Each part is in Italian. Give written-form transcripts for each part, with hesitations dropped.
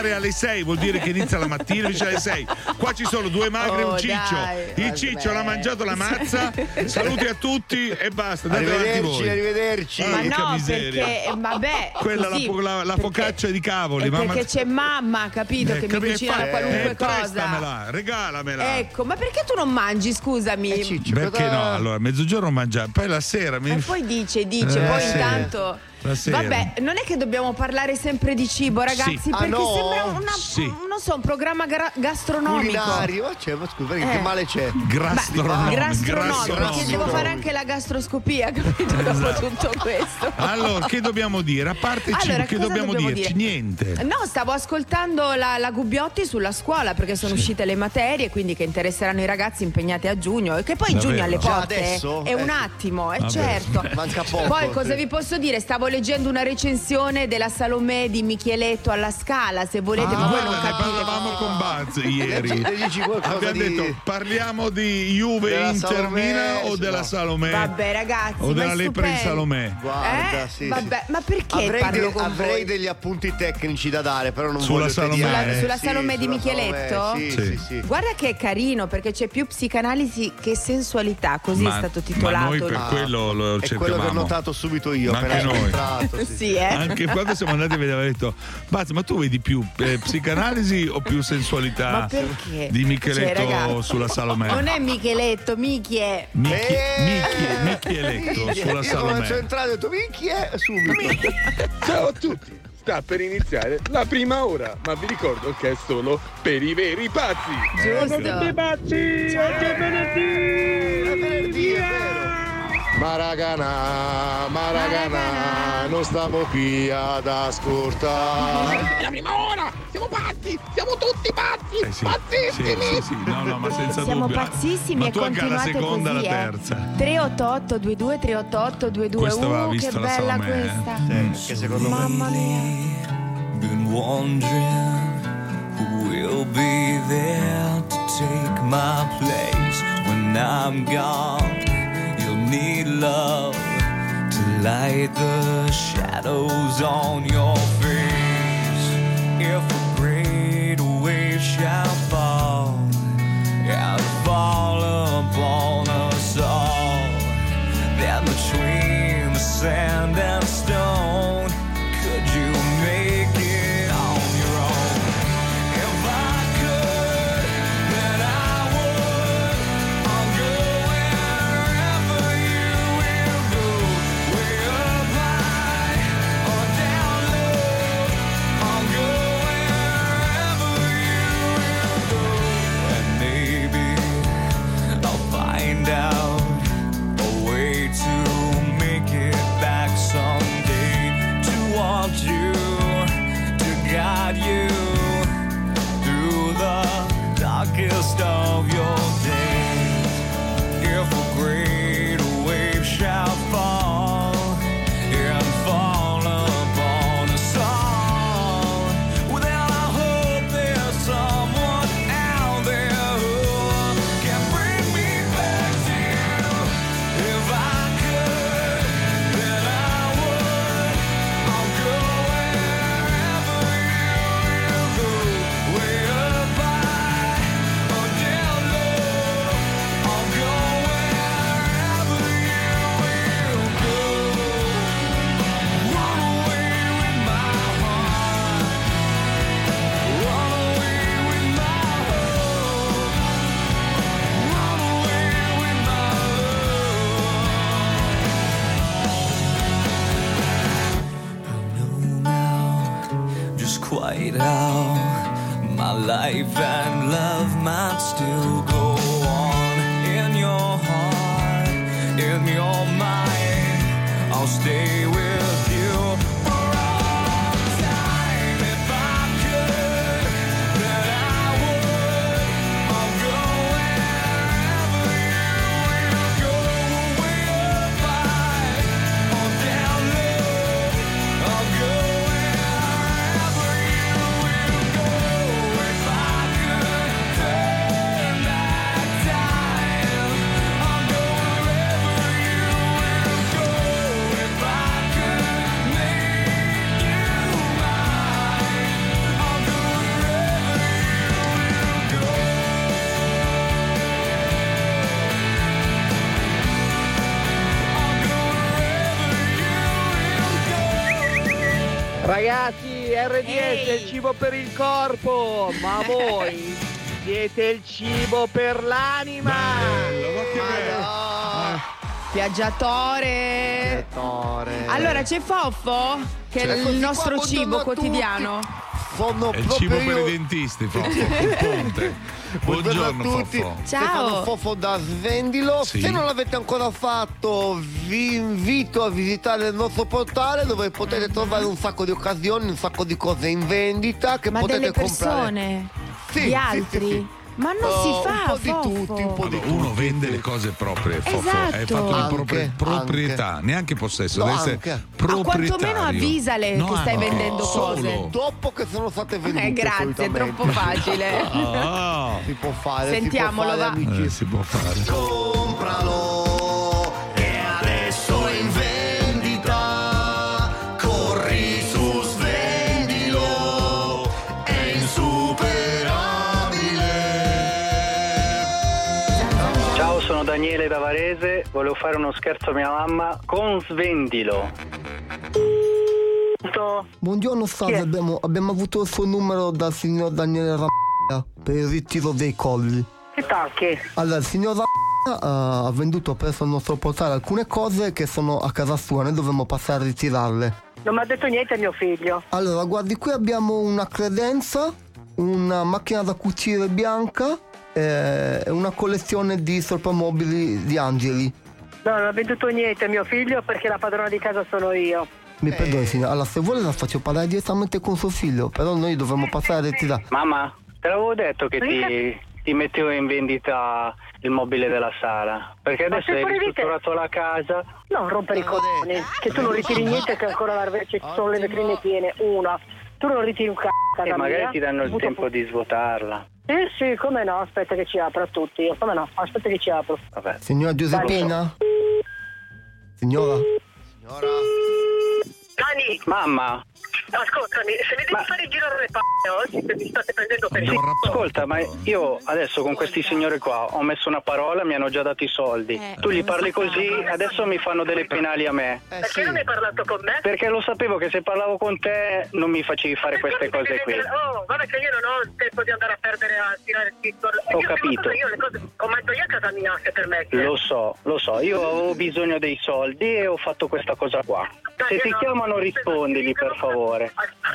alle 6 vuol dire che inizia la mattina, invece alle 6. Qua ci sono due magre e un ciccio. Il ciccio l'ha mangiato la mazza. Saluti a tutti e basta. Arrivederci. Ma no, miseria. perché vabbè. Quella così, la focaccia di cavoli. Perché c'è mamma, capito, che mi cucina qualunque cosa. Prestamela, regalamela. Ecco, ma perché tu non mangi, scusami? Ciccio, perché no? Allora, mezzogiorno mangiare, poi la sera E poi dice, poi intanto. Vabbè, non è che dobbiamo parlare sempre di cibo, ragazzi, perché sembra un programma gastronomico. Culinario, ma scusa, che male c'è? Gastronomico, perché devo fare anche la gastroscopia, capito? Dopo tutto questo. Allora, che dobbiamo dire? A parte il cibo, che dobbiamo dirci? Niente. No, stavo ascoltando la Gubbiotti sulla scuola, perché sono uscite le materie, quindi che interesseranno i ragazzi impegnati a giugno, e che poi giugno alle porte è un attimo, certo. Manca poco. Poi cosa vi posso dire? Stavo leggendo una recensione della Salomè di Micheletto alla Scala, se volete, ma voi non capite. Parlavamo con Buzz ieri. Abbiamo detto parliamo di Juve Inter Milan o della Salomè? Vabbè, ragazzi, o della lepre in Salomè? Guarda, vabbè, ma perché avrei degli appunti tecnici da dare, però non sulla voglio Salomè. Sulla Salomè di Micheletto? Sì. Guarda che è carino, perché c'è più psicanalisi che sensualità, così è stato titolato. Ma noi per quello lo cercavamo. È quello che ho notato subito io. Anche noi. Anche quando siamo andati a vedere, avevo detto Buzz, ma tu vedi più psicanalisi o più sensualità? Ma perché? Di Micheletto sulla Salomè? Non è Micheletto, Michie. Micheletto sulla Salomè. Io sono entrato e ho detto Michie subito. Ciao a tutti. Sta per iniziare la prima ora, ma vi ricordo che è solo per i veri pazzi. Giusto. Tutti pazzi! Oggi è venerdì! È vero. Maragana, non stiamo qui ad ascoltare. È la prima ora! Siamo pazzi! Siamo tutti pazzi! Pazzissimi! Sì. No, ma senza siamo dubbio. pazzissimi, ma e tu anche alla continuate seconda così, la terza. 388 22 388 22. Questa aveva che visto la bella Salomè, questa. Che secondo me Mamma mia. Been wondering who will be there to take my place when I'm gone. You'll need love to light the shadows on your face. If a great wave shall fall and fall upon us all, then between the sand and stone, could you make it on your own? If I could, then I would. I'll go wherever you will go, way up high or down low. I'll go wherever you will go, and maybe I'll find out a way to make it back someday, to want you, to guide you through the darkest of your days. If a great wave shall fall and fall upon us all, well then I hope there's someone out there who can bring me back to you. If I could, then I would. I'll go wherever you will go, way up high or down low. I'll go wherever you will go. Run away with my heart, run away with my hope, run away with my love. I know now just quite how my life and love might still go on. In your heart, in your mind, I'll stay with you for all time. If I could, then I would. I'll go wherever you will go, way up high or down low. I'll go wherever you will go. If I could turn back time, I'll go wherever you will go. If I could Ragazzi, RDS è il cibo per il corpo, ma voi siete il cibo per l'anima. Bello, ma che bello. Viaggiatore. Allora c'è Foffo, che è il nostro cibo quotidiano. Sono È il proprio cibo per io. i dentisti, Foffo, il ponte. Buongiorno, a tutti. Foffo. Ciao. Stefano Fofo da Svendilo. Sì. Se non l'avete ancora fatto, vi invito a visitare il nostro portale dove potete trovare un sacco di occasioni, un sacco di cose in vendita che Ma potete delle comprare. persone? Sì, Di altri? sì. Ma non si fa, un po' di Foffo. tutti, un po' di Allora, tutti. uno vende le cose proprie, Foffo. Esatto. Hai fatto una Anche, proprietà, neanche possesso, No, deve essere anche. Ma proprietario. quantomeno avvisale che stai anche. vendendo cose. Solo. Dopo che sono state vendute. Grazie, è solitamente. troppo facile. Ah, Si può fare. Sentiamolo, si può fare, va. amici. si può fare. Compralo e adesso è in vendita. Corri su Svendilo, è insuperabile. Ciao, sono Daniele da Varese, volevo fare uno scherzo a mia mamma con Svendilo. Buongiorno, salve. Abbiamo avuto il suo numero dal signor Daniele Ramaglia per il ritiro dei colli. Che tacchi? Allora, il signor Ramaglia ha venduto presso il nostro portale alcune cose che sono a casa sua, noi dovremmo passare a ritirarle. Non mi ha detto niente mio figlio. Allora, guardi, qui abbiamo una credenza, una macchina da cucire bianca e una collezione di soprammobili di angeli. No, non ha venduto niente mio figlio perché la padrona di casa sono io. Mi perdoni, signora, allora se vuole la faccio parlare direttamente con suo figlio, però noi dovremmo passare a ritirare. Mamma, te l'avevo detto che ti mettevo in vendita il mobile della sala, perché Ma adesso sei hai fuori di ristrutturato la casa. No, rompere i coglioni. Che tu non ritiri niente che ancora ci sono le vetrine piene. Una. Tu non ritiri un c***o E magari ti danno il Butto tempo di svuotarla. Sì, come no, aspetta che ci apro a tutti. Io come no, aspetta che ci apro. Vabbè. Signora Giuseppina? Signora? Dani, Mamma, ascoltami, se mi devi fare girare le palle oggi che mi state prendendo per sì, ascolta, ma io adesso con questi signori qua ho messo una parola, mi hanno già dato i soldi. Tu gli parli così, adesso mi fanno delle penali a me. Perché non hai parlato con me? Perché lo sapevo che se parlavo con te non mi facevi fare queste cose qui. Oh, guarda che io non ho il tempo di andare a perdere a tirare il piccolo. Ho capito. Io le cose comando io a casa mia se permetti. Lo so, io avevo bisogno dei soldi e ho fatto questa cosa qua. Se ti chiamano rispondili per favore.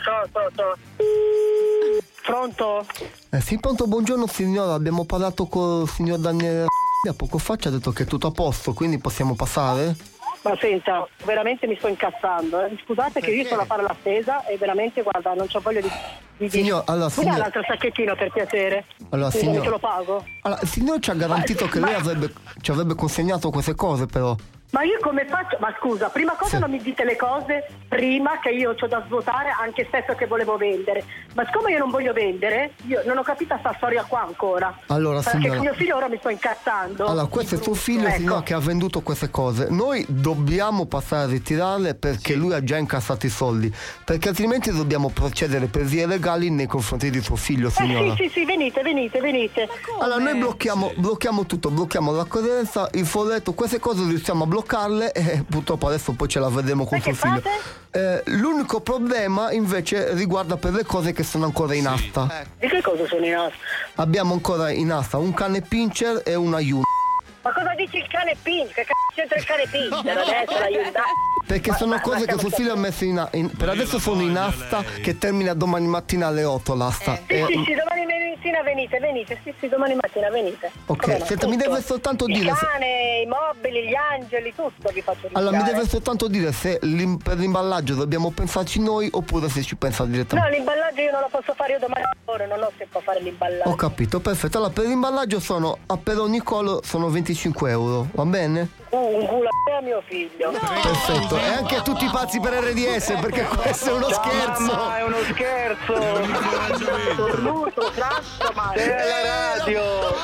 Pronto? Sì, pronto, buongiorno signora, abbiamo parlato con il signor Daniele poco fa, ci ha detto che è tutto a posto, quindi possiamo passare? Ma senta, veramente mi sto incazzando. Scusate che io sono a fare la spesa e veramente, guarda, non c'ho voglia di Signor, allora, mi dà l'altro sacchettino per piacere? Allora, Scusami, signor, te lo pago? allora, il signore ci ha garantito che lei ci avrebbe consegnato queste cose, però. Ma io come faccio? Ma scusa, prima cosa non mi dite le cose prima che io ho da svuotare anche stesso che volevo vendere. Ma siccome io non voglio vendere, io non ho capito sta storia qua ancora. Allora, perché signora, mio figlio ora mi sto incazzando. allora, questo è suo figlio, Ecco. signora, che ha venduto queste cose. Noi dobbiamo passare a ritirarle perché lui ha già incassato i soldi. Perché altrimenti dobbiamo procedere per vie legali nei confronti di suo figlio, signora. Sì, venite. Allora, noi blocchiamo tutto, blocchiamo la coerenza, il folletto, queste cose riusciamo a bloccarle e purtroppo adesso poi ce la vedremo con suo figlio. L'unico problema invece riguarda per le cose che sono ancora in asta. Di che cosa sono in asta? Abbiamo ancora in asta un cane pincher e una Hyundai. Ma cosa dici il cane pinch? Che cazzo c'entra il cane pinch? Adesso la Hyundai. Perché sono cose che suo figlio ha messo per adesso sono in asta, che termina domani mattina alle 8 l'asta. Sì, domani mattina venite. Sì, domani mattina venite. Ok, senta, mi deve soltanto dire. Il cane, i mobili, gli angeli, tutto vi faccio ringraziare. Allora, mi deve soltanto dire se per l'imballaggio dobbiamo pensarci noi oppure se ci pensa No, direttamente. l'imballaggio io non lo posso fare io domani al lavoro, non ho tempo a fare l'imballaggio. Ho capito, perfetto. Allora, per l'imballaggio per ogni collo sono 25 euro, va bene? Un culo a mio figlio. Perfetto, e anche a tutti i pazzi per RDS, perché questo è uno scherzo. Mamma, è uno scherzo. Tornuto, franco, ma È la radio.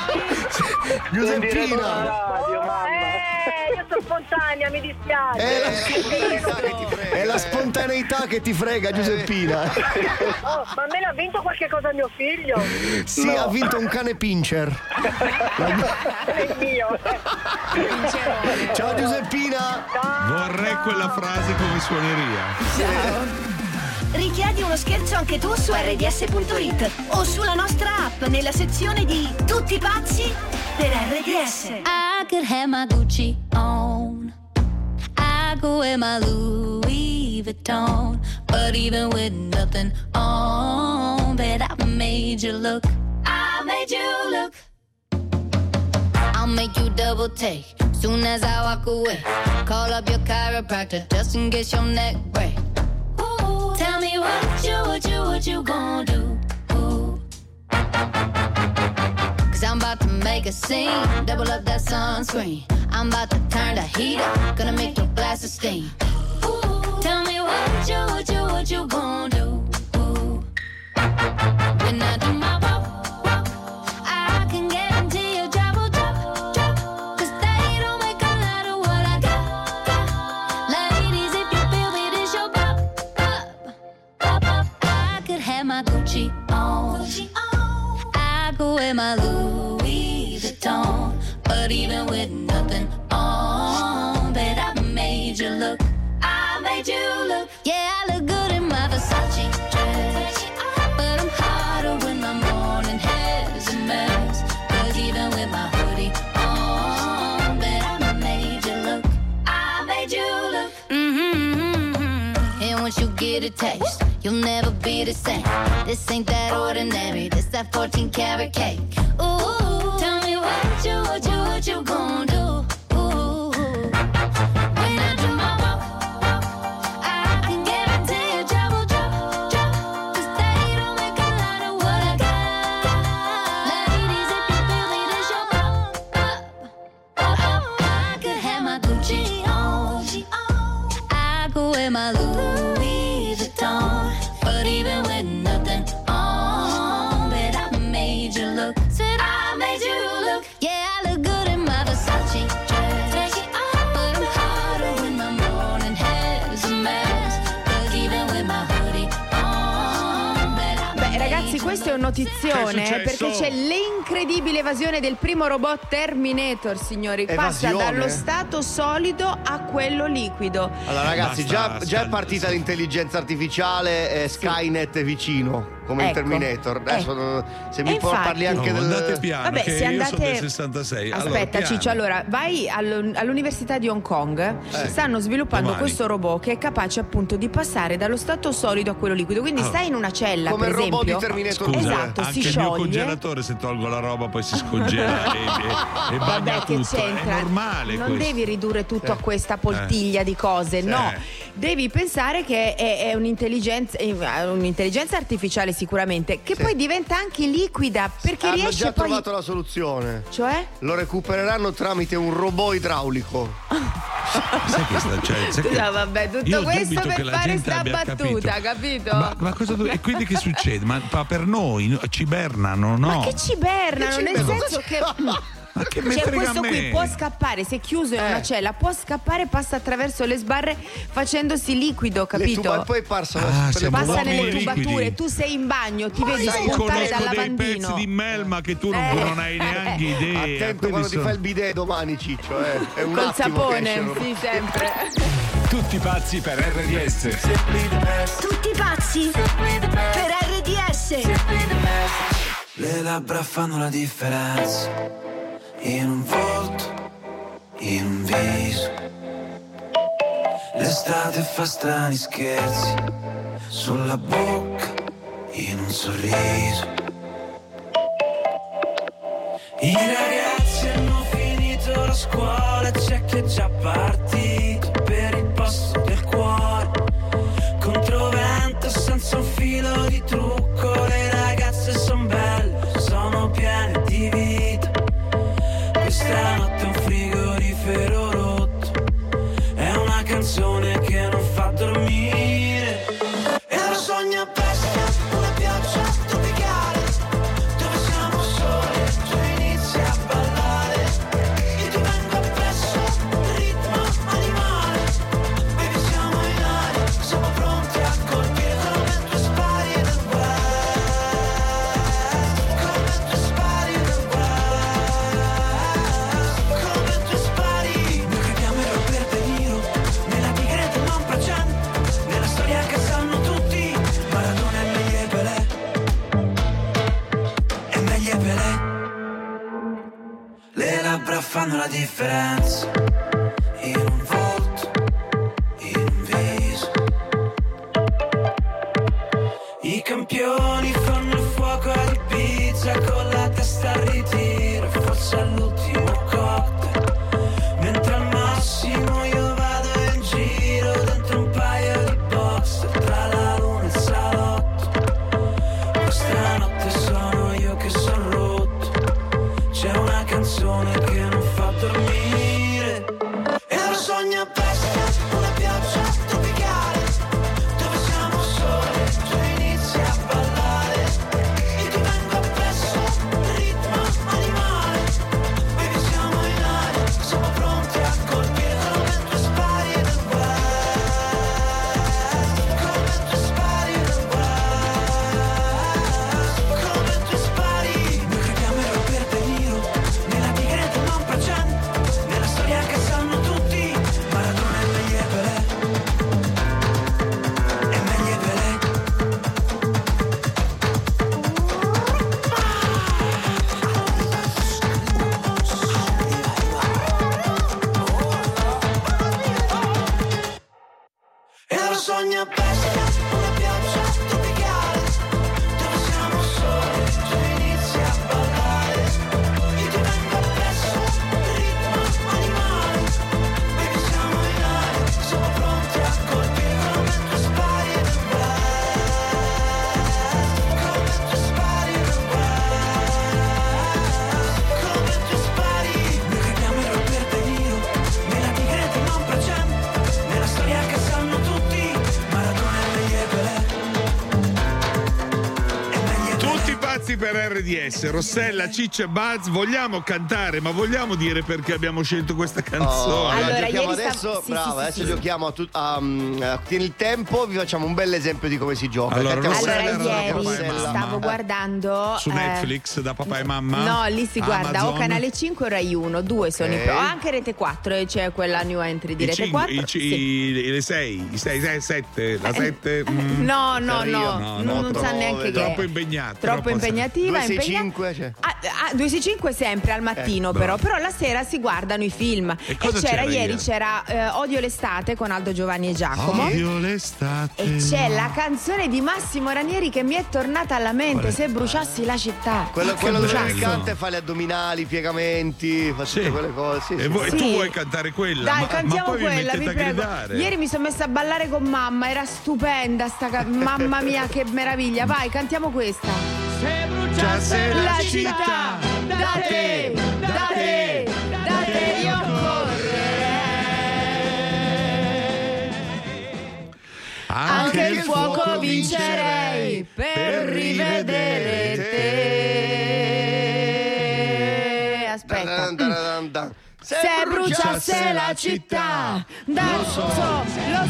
Giuseppina. Radio, mamma. io sono spontanea, mi dispiace. È la spontaneità che ti frega, Giuseppina. Oh, ma me l'ha vinto qualche cosa mio figlio? Sì, ha vinto un cane pincher. È il mio. Ciao Giuseppina. Vorrei quella frase come suoneria. Ciao. Richiedi uno scherzo anche tu su rds.it o sulla nostra app nella sezione di Tutti pazzi per RDS. I could have my Gucci on, I go wear my Louis Vuitton, but even with nothing on, bet I made you look, I made you look. I'll make you double take soon as I walk away. Call up your chiropractor just in case your neck break. Ooh, tell me what you gonna do? Ooh. 'Cause I'm about to make a scene, double up that sunscreen. I'm about to turn the heat up, gonna make your glasses steam. Ooh, tell me what you gonna do? Ooh. When I do my walk, I can guarantee you drop. 'Cause they don't make a lot of what I got. Ladies, if you feel me, this your pop. I could have my Gucci on, I go wear my Louis Vuitton, but even with nothing on, bet I made you look, I made you look. Yeah, I look good in my Versace dress, but I'm hotter when my morning hair's a mess. 'Cause even with my hoodie on, bet I made you look, I made you look. And once you get a taste, you'll never be the same. This ain't that ordinary, this that 14 karat cake. Ooh, tell me what you gonna do? Ooh, when I do my walk, I can guarantee you drop. 'Cause they don't make a lot of what I got. Ladies, if you feel me, this your pop. I could have my Gucci on, I go wear my Louis Vuitton, but even with nothing on, bet I made you look. Said I made you look. Yeah, I look good in my Versace dress, but I'm hotter when my morning hair's a mess. 'Cause even with my hoodie on, bet I Beh, ragazzi, questo è un notizione perché c'è l'incredibile evasione del primo robot Terminator, signori. Passa dallo stato solido a quello liquido. Allora, ragazzi, già è partita l'intelligenza artificiale, Skynet è vicino. Come in Terminator. Adesso se mi parli anche del. Andate piano. Vabbè, che se andate. Io sono del 66. Aspetta, allora, Ciccio, allora vai all'Università di Hong Kong. Stanno sviluppando questo robot che è capace appunto di passare dallo stato solido a quello liquido. Quindi stai in una cella, come per il robot esempio. di Terminator. Scusa, esatto, anche si il scioglie. mio congelatore, se tolgo la roba poi si scongela e bagna Vabbè, che tutto. c'entra? È normale non questo. devi ridurre tutto a questa poltiglia di cose, no. Devi pensare che è un'intelligenza artificiale sicuramente, che poi diventa anche liquida, perché hanno riesce già poi. trovato la soluzione. Cioè? Lo recupereranno tramite un robot idraulico. Sai che sta, vabbè, tutto io questo dubito che per la fare gente sta abbia battuta, capito? Ma cosa e quindi che succede? Ma per noi cibernano, no? Ma che cibernano, nel senso che. Ma che me frega questo a me? qui può scappare, se è chiuso in una cella, può scappare, passa attraverso le sbarre facendosi liquido, capito? E poi passa nelle tubature, tu sei in bagno, ti vedi spuntare dal lavandino. Dei pezzi di melma che tu non hai neanche idea. Attento quando ti fai il bidet domani, Ciccio, È un col attimo sapone, sì, sempre. Tutti pazzi per RDS. Tutti pazzi per RDS. Le labbra fanno la differenza in un volto, in un viso. L'estate fa strani scherzi sulla bocca, in un sorriso. I ragazzi hanno finito la scuola, c'è chi è già partito per il posto del cuore. Controvento senza un filo di trucco, le ragazze son belle, sono piene di vita. Questa notte un frigorifero rotto, è una canzone che non fa dormire. E lo sogno presto, una pioggia tropicale, dove siamo soli, tu inizi a ballare. Io ti vengo appresso, il ritmo animale. fanno la differenza. In un volto, in un viso. I campioni fanno il fuoco ad Ibiza con la testa al ritiro, forse all'ultimo cocktail. Mentre al massimo io vado in giro dentro un paio di box tra la luna e il salotto. Questa notte sono io che sono rotto. C'è una canzone che non fa dormire e lo sogno pesca, una pioggia tropicale dove siamo soli, tu inizi a ballare e ti vengo appresso, ritmo animale. Baby siamo in aria, siamo pronti a colpirlo mentre spari nel west. Come tu spari nel west. Come tu spari. Noi crediamo in Robert De Niro, nella tigre del non presente, nella storia che sanno tutti. Maradona è meglio e Pelé, è meglio e Pelé. E lo sogno pesca, una pioggia tropicale dove siamo soli, tu inizi a ballare e ti vengo appresso, ritmo animale. Baby siamo in aria, siamo pronti a colpirlo mentre spari nel west. Come tu spari nel west. Come tu spari. Noi crediamo in Robert De Niro, nella tigre del non presente, nella storia che sanno tutti. Maradona è meglio e Pelé. Tutti pazzi per RDS. Rossella, Ciccio e Buzz, vogliamo cantare, ma vogliamo dire perché abbiamo scelto questa canzone? Allora, giochiamo ieri adesso, sì, bravo, sì, adesso sì. giochiamo tieni il tempo, vi facciamo un bel esempio di come si gioca. Allora, Cantiamo Rossella, Rossella, ieri Rossella. stavo guardando Su Netflix da papà e mamma? No, lì si guarda Amazon? o Canale 5 o Rai 1, due sono Ok. o anche Rete 4, e c'è quella new entry di Rete 4. Le 6, i 6, 7, la 7. No, No, non sa neanche che Troppo è. impegnata. Troppo impegnativa. 2 6 5 c'è. 2 su 5 sempre al mattino, però la sera si guardano i film. E cosa c'era ieri? ieri? C'era Odio l'estate con Aldo, Giovanni e Giacomo. Odio l'estate. E c'è la canzone di Massimo Ranieri che mi è tornata alla mente. Se bruciassi la città. Quello Se dove bruciassi. il cante fa gli addominali, i piegamenti, fa tutte quelle cose. Sì, E sì. voi, Sì. tu vuoi cantare quella? Dai, ma cantiamo poi quella, vi vi mettete a prego. gridare. Ieri mi sono messa a ballare con mamma, era stupenda mamma mia, che meraviglia. Vai, cantiamo questa. Se bruciasse La città, da te, da te, da te io correrei. Anche il fuoco vincerei per rivedere te. Aspetta. Se bruciasse la città, lo so.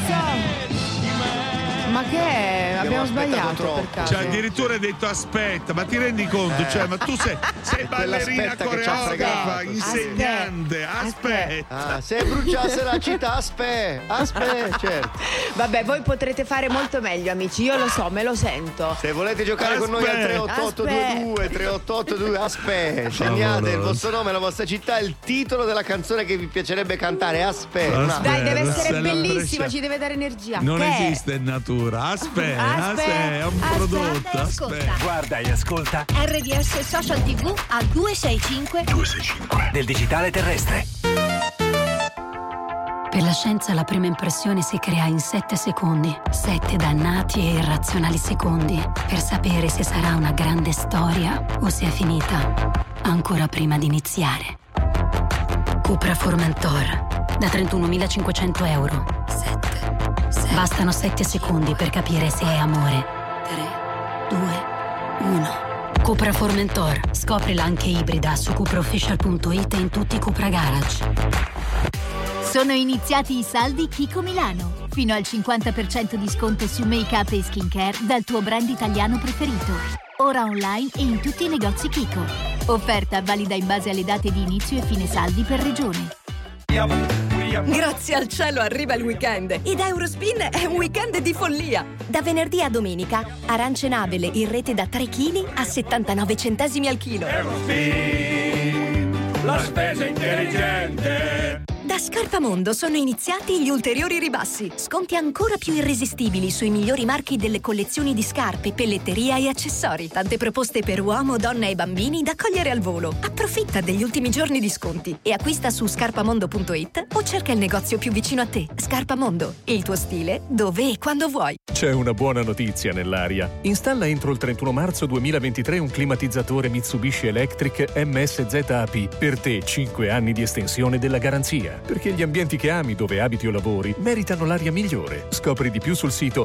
Ma che è? Abbiamo sbagliato troppo. per caso. Cioè, addirittura hai detto aspetta, ma ti rendi conto? Cioè, ma tu sei ballerina, quell'aspetta che ci ha coreografa, fregato. insegnante, aspetta. Se bruciasse la città, aspetta, certo. Vabbè, voi potrete fare molto meglio, amici. Io lo so, me lo sento. Se volete giocare con noi al 3822 3822, aspetta, segnate il vostro nome, la vostra città e il titolo della canzone che vi piacerebbe cantare. Aspetta. Dai, deve essere Rossella bellissima, Brescia. ci deve dare energia. Non Che è? esiste in natura. Aspetta, è un Guarda prodotto. e ascolta. Guarda e ascolta RDS Social TV al 265 del digitale terrestre. Per la scienza la prima impressione si crea in 7 secondi. 7 dannati e irrazionali secondi per sapere se sarà una grande storia o se è finita ancora prima di iniziare. Cupra Formentor da 31.500 euro. Bastano 7 secondi per capire se è amore. 3, 2, 1. Cupra Formentor. Scoprila anche ibrida su cupraofficial.it e in tutti i Cupra Garage. Sono iniziati i saldi Kiko Milano. Fino al 50% di sconto su make-up e skincare dal tuo brand italiano preferito. Ora online e in tutti i negozi Kiko. Offerta valida in base alle date di inizio e fine saldi per regione. Grazie al cielo arriva il weekend ed Eurospin è un weekend di follia. Da venerdì a domenica, arance nabele in rete da 3 kg a 79 centesimi al chilo. la spesa intelligente. Da Scarpamondo sono iniziati gli ulteriori ribassi. Sconti ancora più irresistibili sui migliori marchi delle collezioni di scarpe, pelletteria e accessori. Tante proposte per uomo, donna e bambini da cogliere al volo. Approfitta degli ultimi giorni di sconti e acquista su scarpamondo.it o cerca il negozio più vicino a te. Scarpamondo, il tuo stile dove e quando vuoi. C'è una buona notizia nell'aria. Installa entro il 31 marzo 2023 un climatizzatore Mitsubishi Electric MSZAP. Per te 5 anni di estensione della garanzia. Perché gli ambienti che ami dove abiti o lavori meritano l'aria migliore. Scopri di più sul sito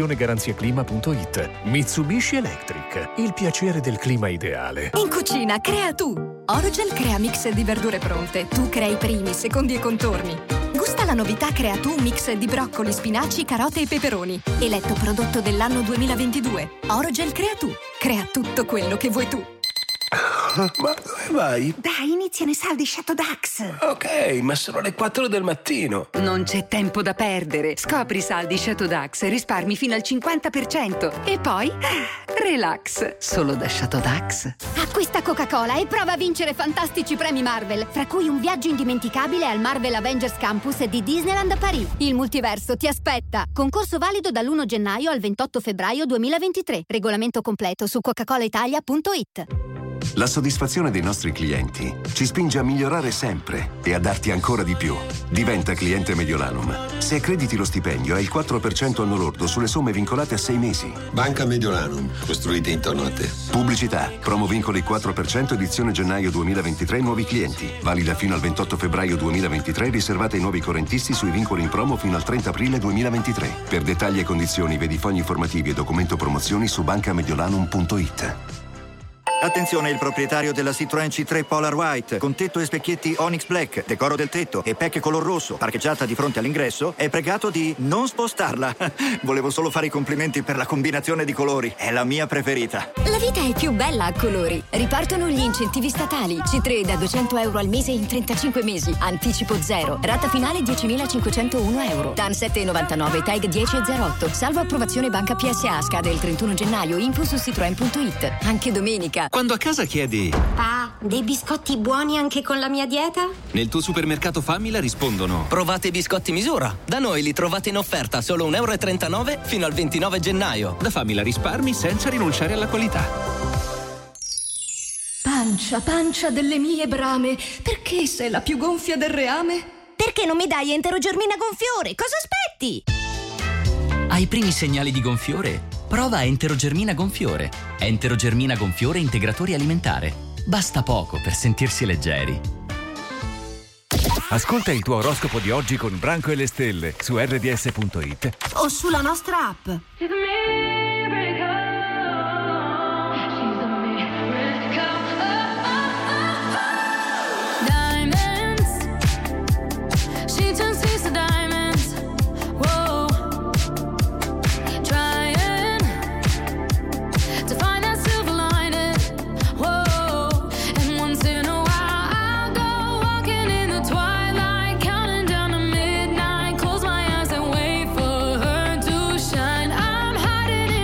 estensionegaranziaclima.it. Mitsubishi Electric. Il piacere del clima ideale. In cucina crea tu. Orogel crea mix di verdure pronte. Tu crei primi, secondi e contorni. Gusta la novità Crea tu mix di broccoli, spinaci, carote e peperoni. Eletto prodotto dell'anno 2022. Orogel Crea tu. Crea tutto quello che vuoi tu. Ma dove vai? Dai, iniziano i saldi Chateau Dax. Ok, ma sono le 4 del mattino. Non c'è tempo da perdere. Scopri i saldi Chateau Dax e risparmi fino al 50%. E poi, relax. Solo da Chateau Dax. Acquista Coca-Cola e prova a vincere fantastici premi Marvel, fra cui un viaggio indimenticabile al Marvel Avengers Campus di Disneyland Paris. Il multiverso ti aspetta. Concorso valido dall'1 gennaio al 28 febbraio 2023. Regolamento completo su coca-colaitalia.it. La soddisfazione dei nostri clienti ci spinge a migliorare sempre e a darti ancora di più. Diventa cliente Mediolanum. Se accrediti lo stipendio hai il 4% anno lordo sulle somme vincolate a 6 mesi. Banca Mediolanum, costruite intorno a te. Pubblicità. Promo vincoli 4% edizione gennaio 2023 nuovi clienti. Valida fino al 28 febbraio 2023, riservata ai nuovi correntisti sui vincoli in promo fino al 30 aprile 2023. Per dettagli e condizioni vedi fogli informativi e documento promozioni su bancamediolanum.it. Attenzione, il proprietario della Citroën C3 Polar White con tetto e specchietti Onyx Black, decoro del tetto e PEC color rosso, parcheggiata di fronte all'ingresso, è pregato di non spostarla. Volevo solo fare i complimenti per la combinazione di colori, è la mia preferita. La vita è più bella a colori. Ripartono gli incentivi statali. C3 da €200 al mese in 35 mesi. Anticipo 0. Rata finale 10.501 euro. TAN 7,99, TAG 10,08. Salvo approvazione Banca PSA. Scade il 31 gennaio. Info su citroen.it. Anche domenica. Quando a casa chiedi: Pa, dei biscotti buoni anche con la mia dieta? nel tuo supermercato Famila rispondono: provate i biscotti misura. Da noi li trovate in offerta solo €1,39 fino al 29 gennaio. Da Famila risparmi senza rinunciare alla qualità. Pancia, pancia delle mie brame, perché sei la più gonfia del reame? Perché non mi dai Enterogermina Gonfiore? Cosa aspetti? Ai primi segnali di gonfiore? Prova Enterogermina Gonfiore. Enterogermina Gonfiore Integratore Alimentare. Basta poco per sentirsi leggeri. Ascolta il tuo oroscopo di oggi con Branco e le stelle su rds.it O sulla nostra app. Hiding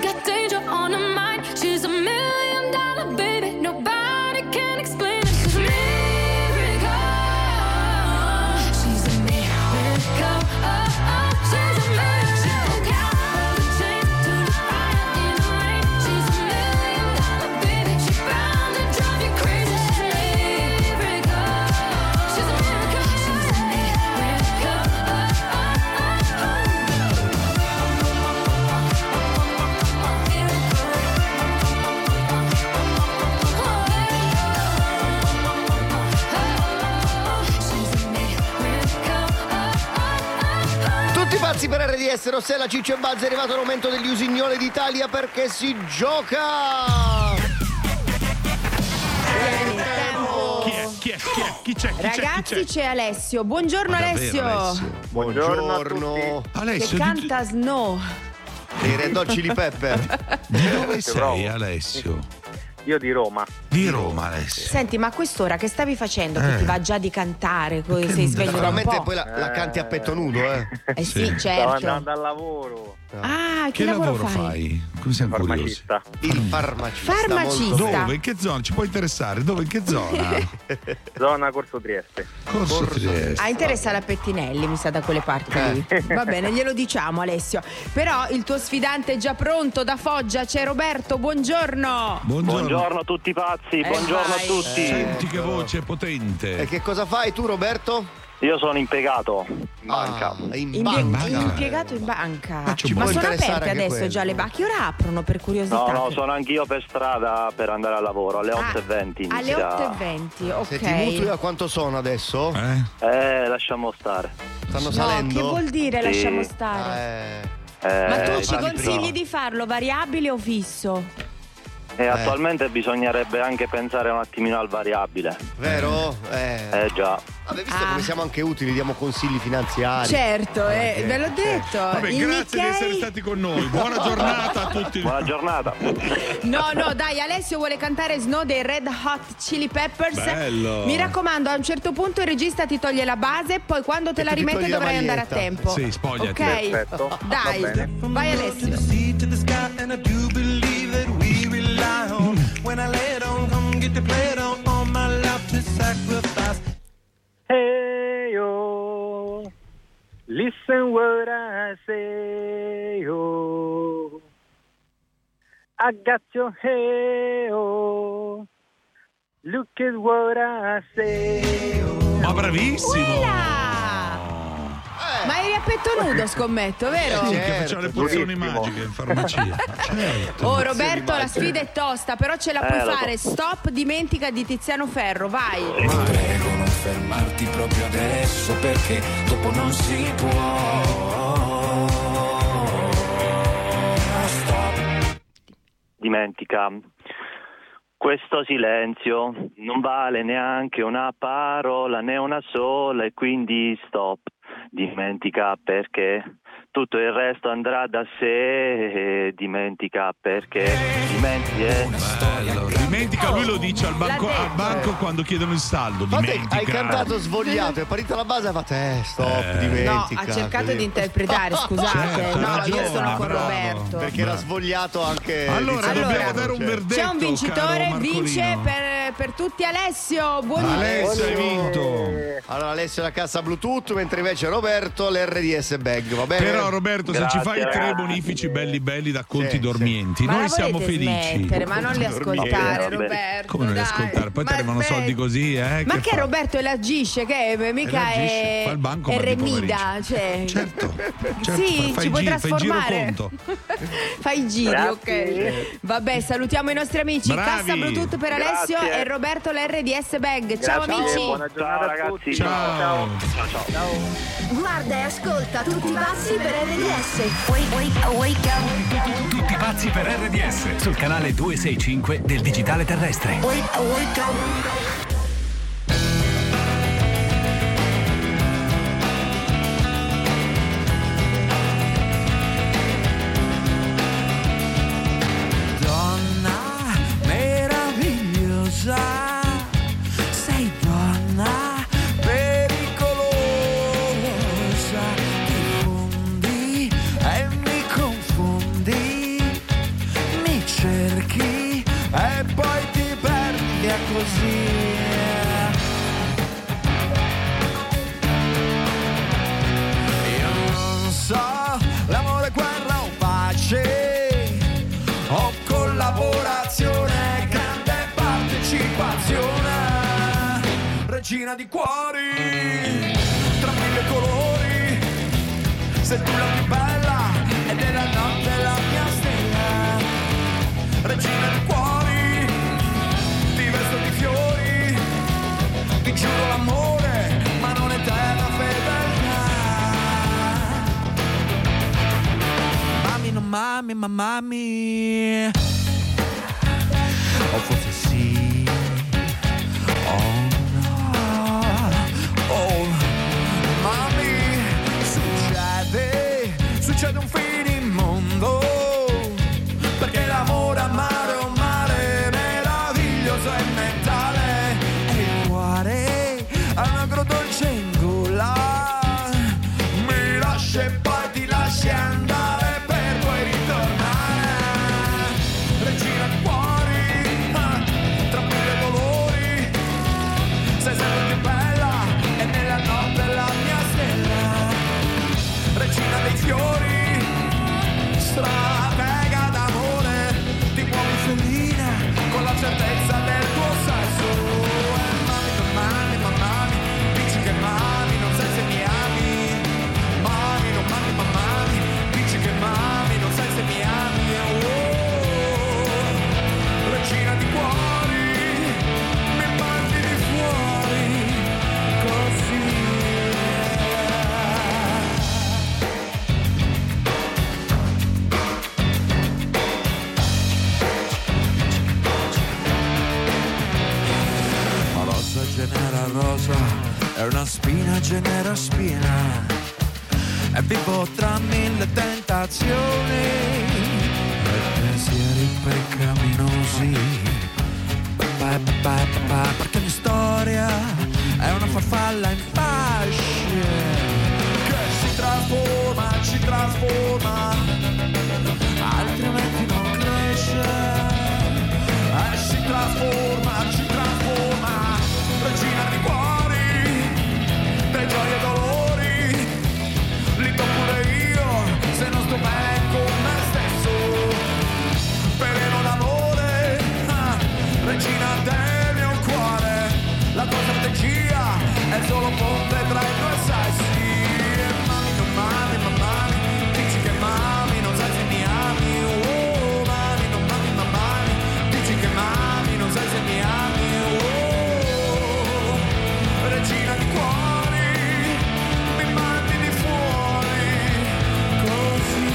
got danger on her mind. She's $1 million baby, nobody can explain it. She's a miracle. She's a miracle. She's a miracle. She broke out of the chains to the fire in the rain. She's $1 million baby. She's bound to drive you crazy. She's a miracle. She's a miracle. She's a miracle. Tutti pazzi per RDS, Rossella, Ciccio e Balza. È arrivato il momento degli usignoli d'Italia perché si gioca. Chi c'è? Ragazzi, c'è Alessio. Buongiorno Alessio. Buongiorno. Alessio, che canta Snow. Dei Red Hot Chili Pepper. Di dove sei, Alessio? Io di Roma. Di Roma, Alessio. Senti, ma a quest'ora che stavi facendo? Che ti va già di cantare? Sei sveglio da un po'? Poi la canti a petto nudo, Eh sì, certo. Stavo andando al lavoro. Ah, che lavoro fai? Come siamo curiosi? Il farmacista. Farmacista. Dove? In che zona? Ci può interessare? Dove? In che zona? Zona Corso Trieste. Corso Trieste. Ah, interessa la Pettinelli, mi sa, da quelle parti lì. Va bene, glielo diciamo, Alessio. Però il tuo sfidante è già pronto da Foggia. C'è Roberto, buongiorno. Buongiorno a tutti pazzi, buongiorno a tutti. Senti che voce potente. E che cosa fai tu, Roberto? Io sono impiegato in banca. Impiegato in banca. Ma sono aperte adesso già le banche? Che ora aprono, per curiosità? No, sono anch'io per strada per andare al lavoro alle 8:20. Alle 8:20, ok. Senti, i mutui a quanto sono adesso? Lasciamo stare. Stanno salendo? Che vuol dire Sì. lasciamo stare? Ma tu ci consigli di farlo variabile o fisso? Attualmente bisognerebbe anche pensare un attimino al variabile. Vero? Già. Vabbè, visto come siamo anche utili, diamo consigli finanziari. Certo, ve l'ho detto. Vabbè, Il grazie di essere stati con noi. Buona giornata a tutti. Buona giornata. No, dai, Alessio vuole cantare Snow dei Red Hot Chili Peppers. Bello. Mi raccomando, a un certo punto il regista ti toglie la base, poi quando te la rimette dovrai andare a tempo. Sì, spogliati. Ok? Perfetto. Dai, vai Alessio. When I lay it on, come get the plate on my lap to sacrifice. Hey yo, listen what I say yo. I got your hey yo, look at what I say yo. Ma bravissimo! Ma eri a petto nudo, scommetto, vero? Sì, che facciamo le pozioni magiche in farmacia. Certo. Oh Roberto, la sfida è tosta, però ce la puoi lo fare. Stop, dimentica di Tiziano Ferro, vai. Prego non fermarti proprio adesso perché dopo non si può. Stop. Dimentica. Questo silenzio non vale neanche una parola né una sola e quindi stop. Dimentica perché tutto il resto andrà da sé. Dimentica perché Dimentica, lui lo dice al banco quando chiedono il saldo. Dimentica. Hai cantato svogliato, è partita la base e ha fatto stop, dimentica. No, ha cercato di interpretare, scusate. Certo, no, ragione, io sono con bravo. Roberto. Perché era svogliato anche. Allora dobbiamo dare un verdetto. C'è un vincitore, caro vince Marcolino. per tutti Alessio. Buongiorno. Alessio hai vinto. Allora Alessio la cassa Bluetooth, mentre invece Roberto l'RDS bag, va bene? Però Roberto, se ci fai 3 bonifici belli da conti dormienti, Ma noi la siamo volete felici. smettere? Ma non li ascoltare, Roberto. Come non li dai. ascoltare? Poi Ma ti arrivano smetti. soldi così, Ma che fa? Roberto elargisce, che mica Elargisce, fa il banco, è ma di remida, cioè. Certo, sì, fai ci puoi fai trasformare. giroconto. Fai i giri, Grazie. ok. Vabbè, salutiamo i nostri amici. Bravi. Cassa Bluetooth per Alessio Grazie. e Roberto l'RDS bag. Ciao Grazie, amici. buona giornata ragazzi. Ciao. Ciao. Guarda e ascolta tutti pazzi per RDS. Tutti pazzi per RDS sul canale 265 del digitale terrestre. Donna meravigliosa, sei donna pericolosa, ti fondi e mi confondi così. Io non so, l'amore, guerra o pace, o collaborazione, grande partecipazione, regina di cuori, tra mille colori, sei tu la più bella e della notte la mia stella, regina di cuori, ti vesto di fiori, ti giuro l'amore, ma non eterna fedeltà. Mami, non mami, ma mami, o forse sì, oh no, oh mami, succede un finimondo, perché l'amore amare è un mare meraviglioso e mentale, e il cuore ha un agrodolce in gola, mi lascia e poi ti lasci andare per poi ritornare, regina di cuori, tra mille dolori, sei sempre più bella e nella notte la mia stella, regina dei fiori, stratega d'amore, ti muovi felina con la certezza del tuo sesso. Mami, non mami, dici che mami, non sai se mi ami. Mami, non mami, dici che mami, non sai se mi ami. Oh, regina di cuori, mi mandi di fuori così. Genera rosa, è una spina genera spina, e vivo tra mille tentazioni e pensieri peccaminosi, perché ogni storia è una farfalla in fasce che si trasforma, altrimenti non cresce, e si trasforma, regina di cuori, dei gioie e dolori, li do pure io, se non sto bene con me stesso, veleno d'amore, regina del mio cuore, la tua strategia è solo ponte tra i due sessi, mami, non mami, ma mami, dici che mami, non sai se mi ami, oh, mami, non mami, ma mami, dici che mami, non sai se mi ami, regina di cuori, mi mandi di fuori così.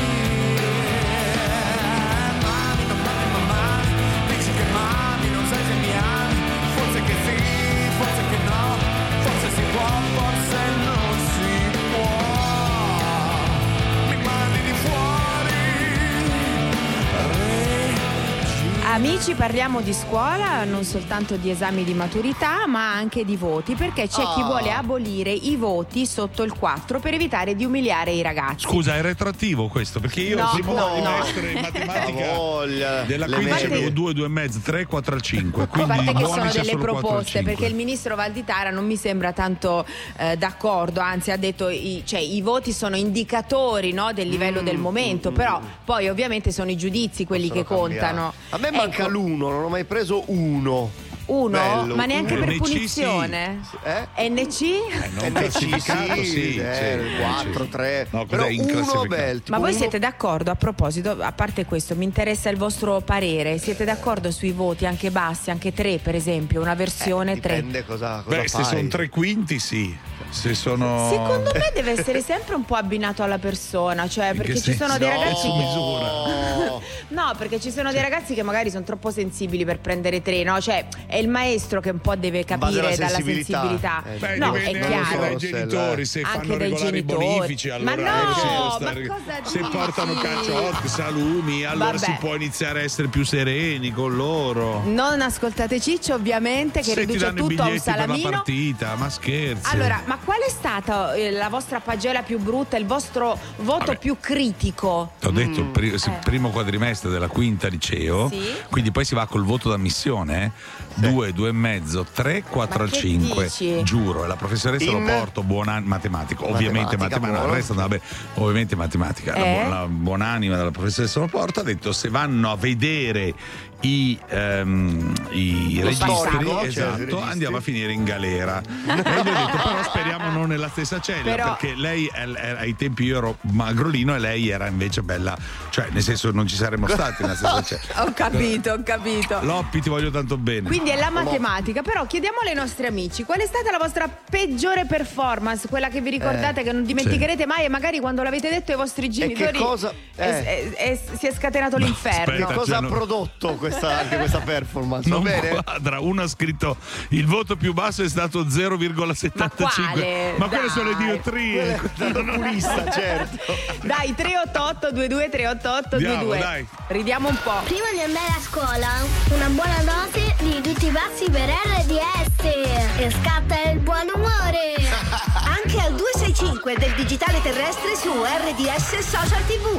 Mami, non mami, ma mami, dici che mami, non sai se mi ami, forse che sì, forse che no, forse si può, forse non si può, mi mandi di fuori. Amici, parliamo di scuola, non soltanto di esami di maturità, ma anche di voti, perché c'è chi vuole abolire i voti sotto il 4 per evitare di umiliare i ragazzi. Scusa, è retrattivo questo? Perché io il primo trimestre in matematica della 15 avevo 2, 2,5, 3, 4 al 5. A parte che sono delle proposte, perché il ministro Valditara non mi sembra tanto d'accordo, anzi ha detto i voti sono indicatori, no, del livello del momento, però poi ovviamente sono i giudizi quelli che contano. A me manca l'1, non ho mai preso uno. Bello, ma neanche per punizione? NC? Non classificato, sì. 4, 3. No, però uno bel. Ma voi siete d'accordo? A proposito, a parte questo, mi interessa il vostro parere. Siete d'accordo sui voti anche bassi, anche 3 per esempio, una versione 3? Dipende cosa fai. Se sono 3/5 sì. Se sono... Secondo me deve essere sempre un po' abbinato alla persona, cioè perché ci sono dei ragazzi No, perché ci sono dei ragazzi che magari sono troppo sensibili per prendere 3, no? Cioè è il maestro che un po' deve capire dalla sensibilità. No, è chiaro. Dai genitori, se anche fanno regolari i bonifici, allora se portano caciotti, salumi, allora si può iniziare a essere più sereni con loro. Non ascoltate Ciccio, ovviamente, che se riduce ti danno tutto i a un biglietti per salamino. la partita, ma scherzi. Allora, Ma qual è stata la vostra pagella più brutta, il vostro voto più critico? Ti ho detto primo quadrimestre della quinta liceo, quindi poi si va col voto d'ammissione, 2, 2,5, 3, 4 al 5, dici? giuro, e la professoressa lo porto matematico, ovviamente matematica, il resto vabbè, ovviamente matematica, la buonanima della professoressa lo porta, ha detto se vanno a vedere i registri, esatto, andiamo a finire in galera. E gli ho detto però speriamo non nella stessa cella, perché lei ai tempi io ero magrolino e lei era invece bella, cioè nel senso non ci saremmo stati nella stessa cella. Ho capito. Loppi, ti voglio tanto bene. Quindi è la matematica, però chiediamo ai nostri amici qual è stata la vostra peggiore performance, quella che vi ricordate, che non dimenticherete mai, e magari quando l'avete detto ai vostri genitori si è scatenato l'inferno. Aspetta, cosa ha prodotto anche questa performance? Non quadra. Uno ha scritto il voto più basso è stato 0,75. Ma quelle sono le diottrie. Purista, certo. Dai, 388 22 388 22. Dai. Ridiamo un po'. Prima di andare a scuola, una buona dose di tutti i pazzi per RDS e scatta il buon umore. Anche al 265 del digitale terrestre su RDS Social TV.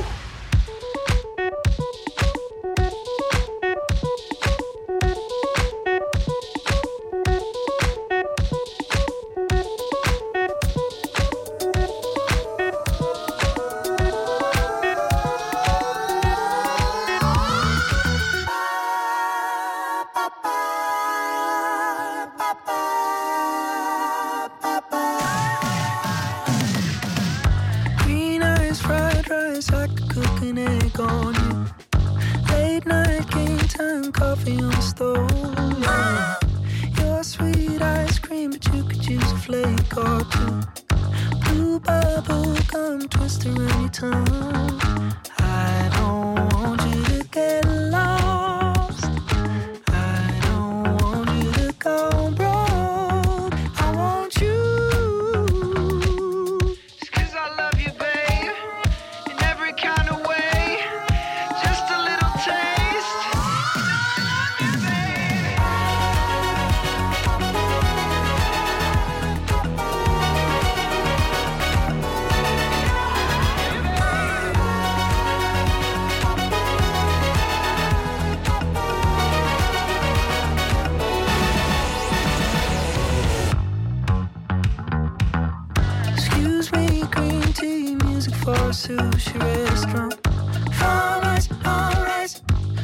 Sushi restaurant, alright.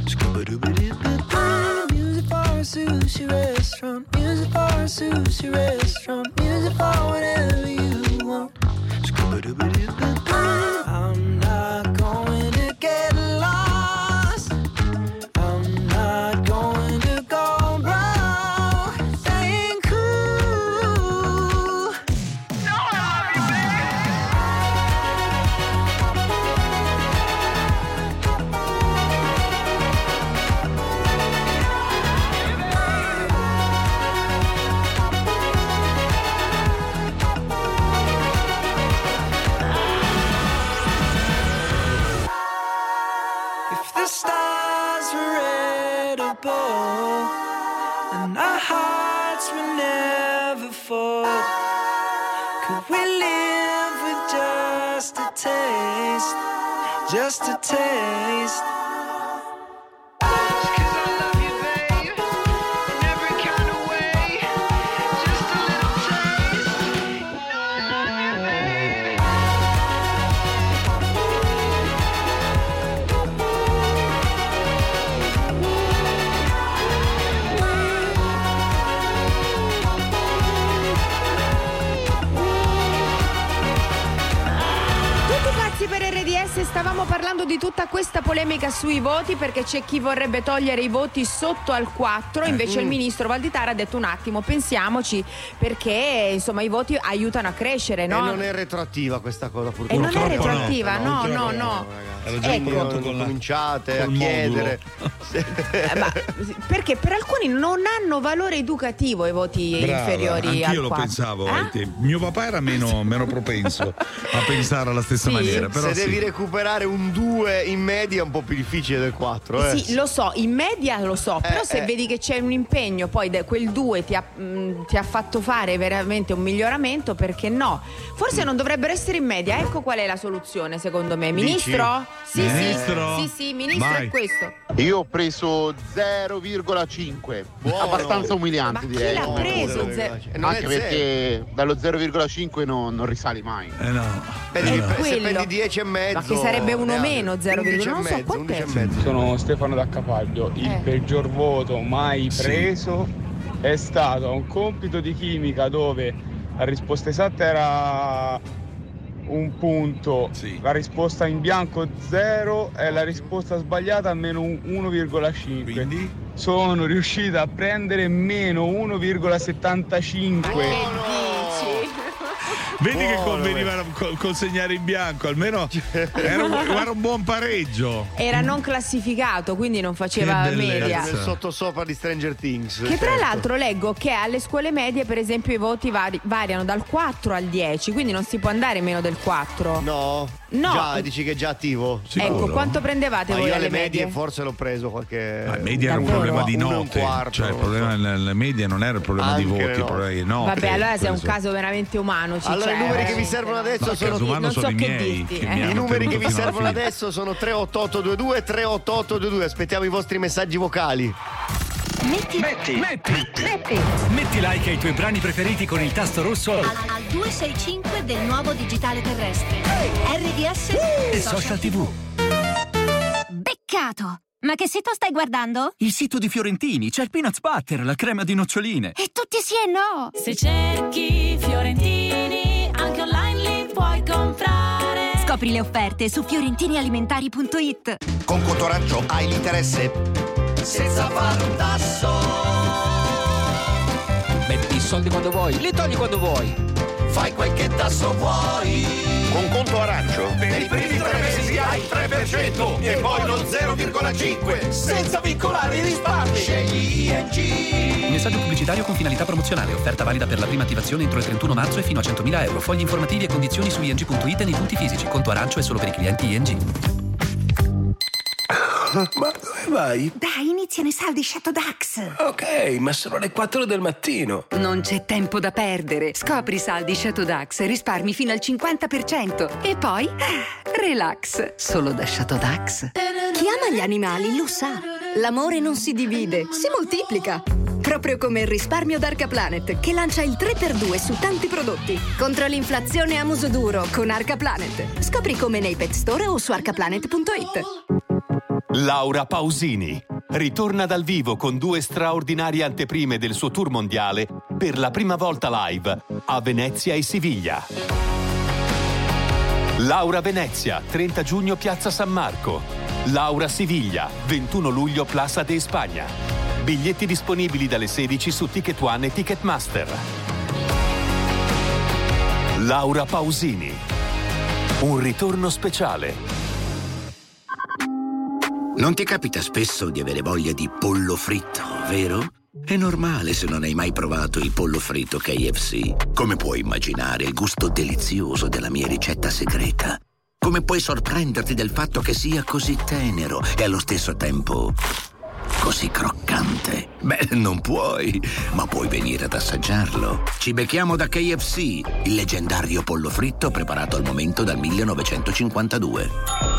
Music for a sushi restaurant, music for a sushi restaurant, music for whatever you want. I'm not going to get lost. I'm not going to go broke. Staying cool. No, I love you, if the stars were edible and our hearts would never fall, could we live with just a taste, just a taste? Per RDS stavamo parlando di tutta questa polemica sui voti, perché c'è chi vorrebbe togliere i voti sotto al 4, invece il ministro Valditara ha detto un attimo, pensiamoci, perché insomma i voti aiutano a crescere, no? E non è retroattiva questa cosa, purtroppo. E non è retroattiva, no. Era già pronto con cominciate a chiedere. Ma perché per alcuni non hanno valore educativo i voti inferiori al 4. Anch'io lo pensavo ai tempi. Mio papà era meno propenso a pensare alla stessa maniera. Però se devi recuperare un 2 in media è un po' più difficile del 4. Sì, lo so, in media lo so, però se vedi che c'è un impegno, poi quel 2 ti ha fatto fare veramente un miglioramento, perché no? Forse non dovrebbero essere in media. Ecco qual è la soluzione secondo me. Ministro? Sì, ministro. Vai. È questo. Io ho preso 0,5. Abbastanza umiliante, direi. Chi l'ha preso? Anche perché dallo 0,5 non risali mai. Se prendi 10 e mezzo. Ma che sarebbe uno meno 0,1, non so quant'è. Sono Stefano da Capaglio. Il peggior voto mai preso è stato un compito di chimica dove la risposta esatta era un punto, la risposta in bianco 0 e la risposta sbagliata meno 1,5. Quindi sono riuscita a prendere meno 1,75. Vedi che conveniva consegnare in bianco, almeno era un buon pareggio. Era non classificato, quindi non faceva media. Il sottosopra di Stranger Things. Che tra l'altro leggo che alle scuole medie, per esempio, i voti variano dal 4 al 10, quindi non si può andare meno del 4. No. Già, dici che è già attivo? Ecco, quanto prendevate voi io alle medie? Forse l'ho preso qualche. La media era un problema di note. Cioè, il problema nelle medie non era il problema di voti, il problema di note. Vabbè, allora sei un caso veramente umano. Allora, i numeri che vi servono adesso sono i miei. I numeri che vi servono adesso sono 38822 e 38822. Aspettiamo i vostri messaggi vocali. Metti like ai tuoi brani preferiti con il tasto rosso al 265 del nuovo digitale terrestre. RDS e Social TV. Beccato! Ma che sito stai guardando? Il sito di Fiorentini, c'è il peanut butter, la crema di noccioline. E tutti sì e no! Se cerchi Fiorentini, anche online li puoi comprare. Scopri le offerte su fiorentinialimentari.it. Con Conto Arancio hai l'interesse senza fare un tasso. Metti i soldi quando vuoi, li togli quando vuoi. Fai quel che tasso vuoi. Con Conto Arancio per i primi 3 mesi hai il 3% e poi lo 0,5 senza vincolare i risparmi. Scegli ING. Messaggio pubblicitario con finalità promozionale. Offerta valida per la prima attivazione entro il 31 marzo e fino a 100.000 euro. Fogli informativi e condizioni su ing.it e nei punti fisici. Conto Arancio è solo per i clienti ING. Ma dove vai? Dai, iniziano i saldi Shatodax. Ok, ma sono le 4 del mattino. Non c'è tempo da perdere. Scopri i saldi Shatodax e risparmi fino al 50%. E poi, relax, solo da Shatodax. Chi ama gli animali lo sa. L'amore non si divide, si moltiplica. Proprio come il risparmio d'Arca Planet, che lancia il 3x2 su tanti prodotti. Contro l'inflazione a muso duro con Arca Planet. Scopri come nei pet store o su arcaplanet.it. Laura Pausini ritorna dal vivo con 2 straordinarie anteprime del suo tour mondiale per la prima volta live a Venezia e Siviglia. Laura Venezia, 30 giugno Piazza San Marco. Laura Siviglia, 21 luglio Plaza de España. Biglietti disponibili dalle 16 su Ticket One e Ticketmaster. Laura Pausini, un ritorno speciale. Non ti capita spesso di avere voglia di pollo fritto, vero? È normale se non hai mai provato il pollo fritto KFC. Come puoi immaginare il gusto delizioso della mia ricetta segreta? Come puoi sorprenderti del fatto che sia così tenero e allo stesso tempo così croccante? Beh, non puoi, ma puoi venire ad assaggiarlo. Ci becchiamo da KFC, il leggendario pollo fritto preparato al momento dal 1952.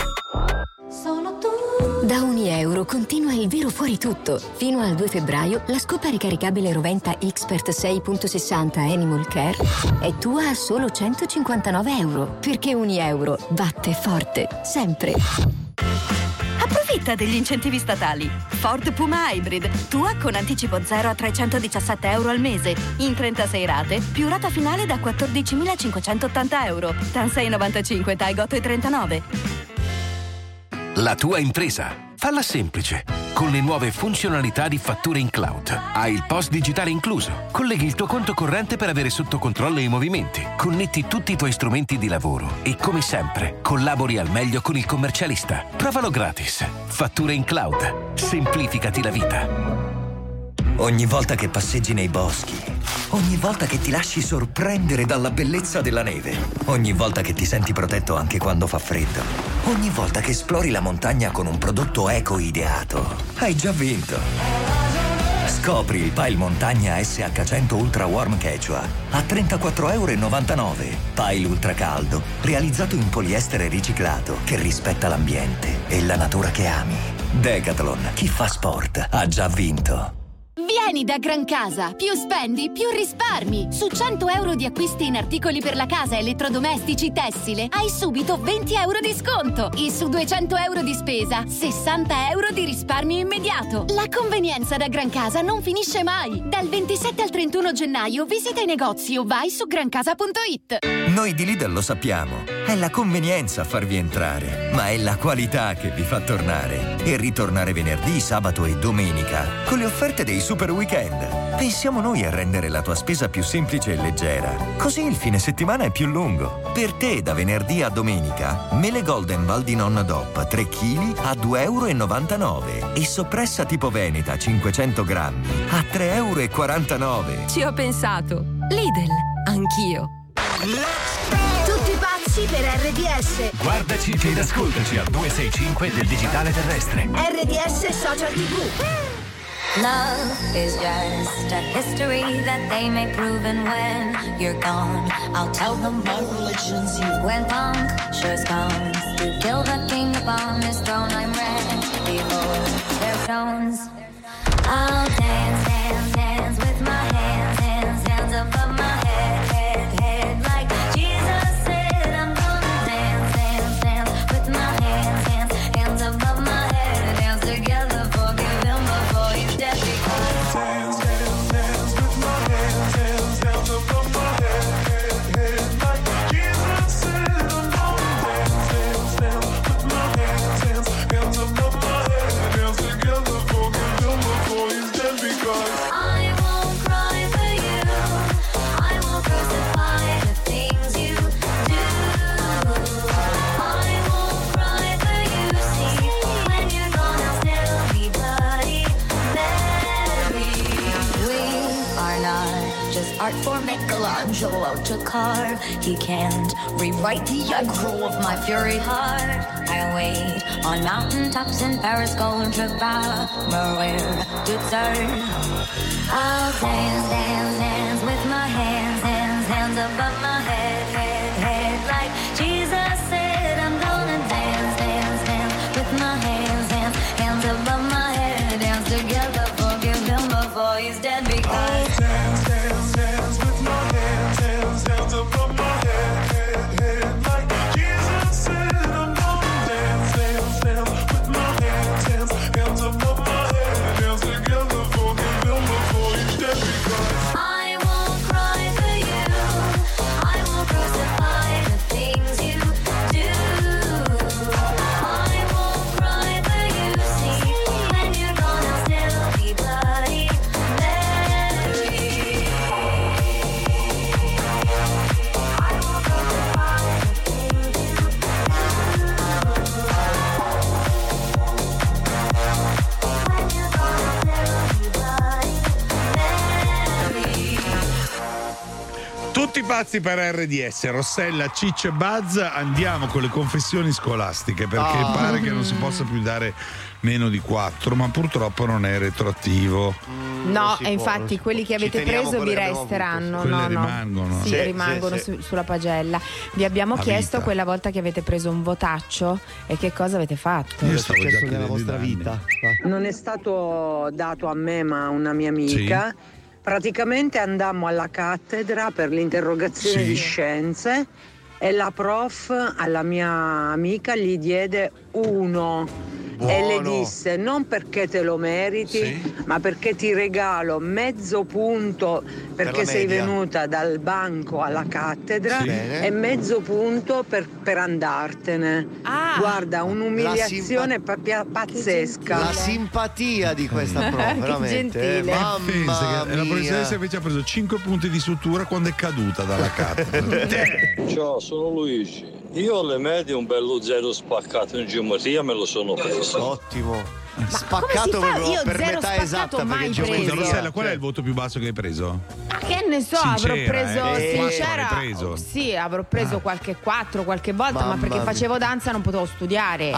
Da €1 continua il vero fuori tutto. Fino al 2 febbraio la scopa ricaricabile Roventa Expert 6.60 Animal Care è tua a solo €159. Perché €1 batte forte, sempre. Approfitta degli incentivi statali. Ford Puma Hybrid, tua con anticipo 0 a €317 al mese, in 36 rate, più rata finale da €14.580. TAN 6,95, TAI 8,39. La tua impresa. Falla semplice, con le nuove funzionalità di fatture in cloud. Hai il POS digitale incluso. Colleghi il tuo conto corrente per avere sotto controllo i movimenti. Connetti tutti i tuoi strumenti di lavoro e, come sempre, collabori al meglio con il commercialista. Provalo gratis. Fatture in cloud. Semplificati la vita. Ogni volta che passeggi nei boschi, ogni volta che ti lasci sorprendere dalla bellezza della neve, ogni volta che ti senti protetto anche quando fa freddo, ogni volta che esplori la montagna con un prodotto eco ideato, hai già vinto. Scopri il Pile Montagna SH100 Ultra Warm Quechua a €34,99. Pile Ultra Caldo, realizzato in poliestere riciclato che rispetta l'ambiente e la natura che ami. Decathlon, chi fa sport ha già vinto. Vieni da Gran Casa, più spendi, più risparmi. Su 100 euro di acquisti in articoli per la casa, elettrodomestici, tessile, hai subito 20 euro di sconto. E su 200 euro di spesa, 60 euro di risparmio immediato. La convenienza da Gran Casa non finisce mai. Dal 27 al 31 gennaio visita i negozi o vai su grancasa.it. Noi di Lidl lo sappiamo, è la convenienza a farvi entrare, ma è la qualità che vi fa tornare. E ritornare venerdì, sabato e domenica, con le offerte dei super weekend. Pensiamo noi a rendere la tua spesa più semplice e leggera, così il fine settimana è più lungo. Per te, da venerdì a domenica, mele Golden Val di Nonna DOP 3 kg a €2,99 e soppressa tipo Veneta 500 grammi a €3,49. Ci ho pensato. Lidl, anch'io. Tutti pazzi per RDS. Guardaci ed ascoltaci al 265 del digitale terrestre. RDS Social TV. Love is just a history that they may prove, and when you're gone, I'll tell them my religion's you. When punctures comes to kill the king upon his throne, I'm ready before their thrones. I'll dance, dance, dance with my hands, hands, hands above my head, head, head, like Jesus said. I'm gonna dance, dance, dance with my hands, hands, hands above my head, dance together, forgive him before he's dead. Because dance, dance, dance with my hands, hands, hands above my head, head, head, like Jesus said. I'm gonna dance, dance, dance with my hands, hands, hands above my head, dance together, forgive him before he's dead. Because I won't cry for you, I won't crucify the things you do. I won't cry for you, see, when you're gone I'll still be Bloody Mary. We are not just art for Michelangelo to carve. He can't rewrite the aggro of my fury heart. I wait on mountaintops in Paris, going to Maria to turn. I'll dance, dance, dance with my hands, hands, hands above my head, head, head, like Jesus said. I'm gonna dance, dance, dance with my hands, hands, hands above my head, dance together, forgive him before he's dead. Because dance, dance, dance with my hands, hands, hands above my head, head, head, like Jesus said. I'm gonna dance, dance, dance with my hands, hands, hands above my head, dance together, forgive him before he's dead. Because I won't cry for you, I won't crucify the things you do. I won't cry for you, see, when you're gone I'll still be Bloody Mary. I won't crucify the things you do. When you're gone I'll still be Bloody Mary. Tutti pazzi per RDS, Rossella, Ciccio e Buzz. Andiamo con le confessioni scolastiche, perché pare che non si possa più dare meno di 4, ma purtroppo non è retroattivo. No, e infatti quelli che avete preso vi resteranno. Quelle rimangono. Sì, rimangono sulla pagella. Vi abbiamo chiesto vita. quella volta che avete preso un votaccio e che cosa avete fatto. Io stavo già nella chiedendo vostra da anni. vita. Non è stato dato a me ma a una mia amica. Praticamente andammo alla cattedra per l'interrogazione di scienze e la prof alla mia amica gli diede 1 e le disse: non perché te lo meriti, ma perché ti regalo mezzo punto perché sei venuta dal banco alla cattedra e mezzo punto per andartene. Guarda, un'umiliazione pazzesca. La simpatia di questa prova, veramente. Gentile. Mamma la professoressa mia. invece ha preso 5 punti di sutura quando è caduta dalla cattedra. Ciao, sono Luigi. Io alle medie un bello zero spaccato in geometria me lo sono preso. Ottimo. come Spaccato si fa? proprio Io per zero metà spaccato esatta mai perché preso. Scusa, Rossella, qual è il voto più basso che hai preso? Ma che ne so, Sincera, avrò preso sincera. Hai preso? Sì, avrò preso qualche 4 qualche volta, ma Mamma perché mia. facevo danza non potevo studiare.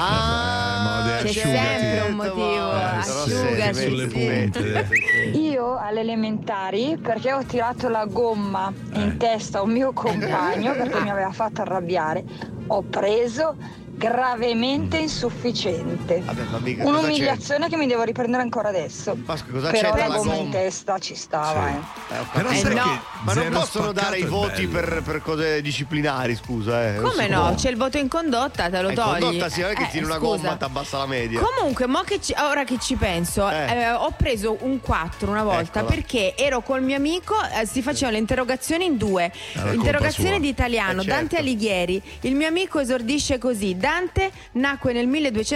C'è asciugati. sempre un motivo. Asciugati. Sulle punte. Io alle elementari, perché ho tirato la gomma in testa a un mio compagno perché mi aveva fatto arrabbiare, ho preso gravemente insufficiente. Un'umiliazione che mi devo riprendere ancora adesso. Però la gomma in testa ci stava. Però sai che ma non zero possono dare i spaccato è voti bello. per cose disciplinari, scusa. Come no? C'è il voto in condotta, te lo In togli. condotta sì, non è che tiri una scusa. gomma, ti abbassa la media. Comunque, ora che ci penso, ho preso un 4 una volta Eccola. perché ero col mio amico, si facevano le interrogazioni in due. colpa Interrogazione sua. di italiano, Certo. Dante Alighieri. Il mio amico esordisce così: Dante nacque nel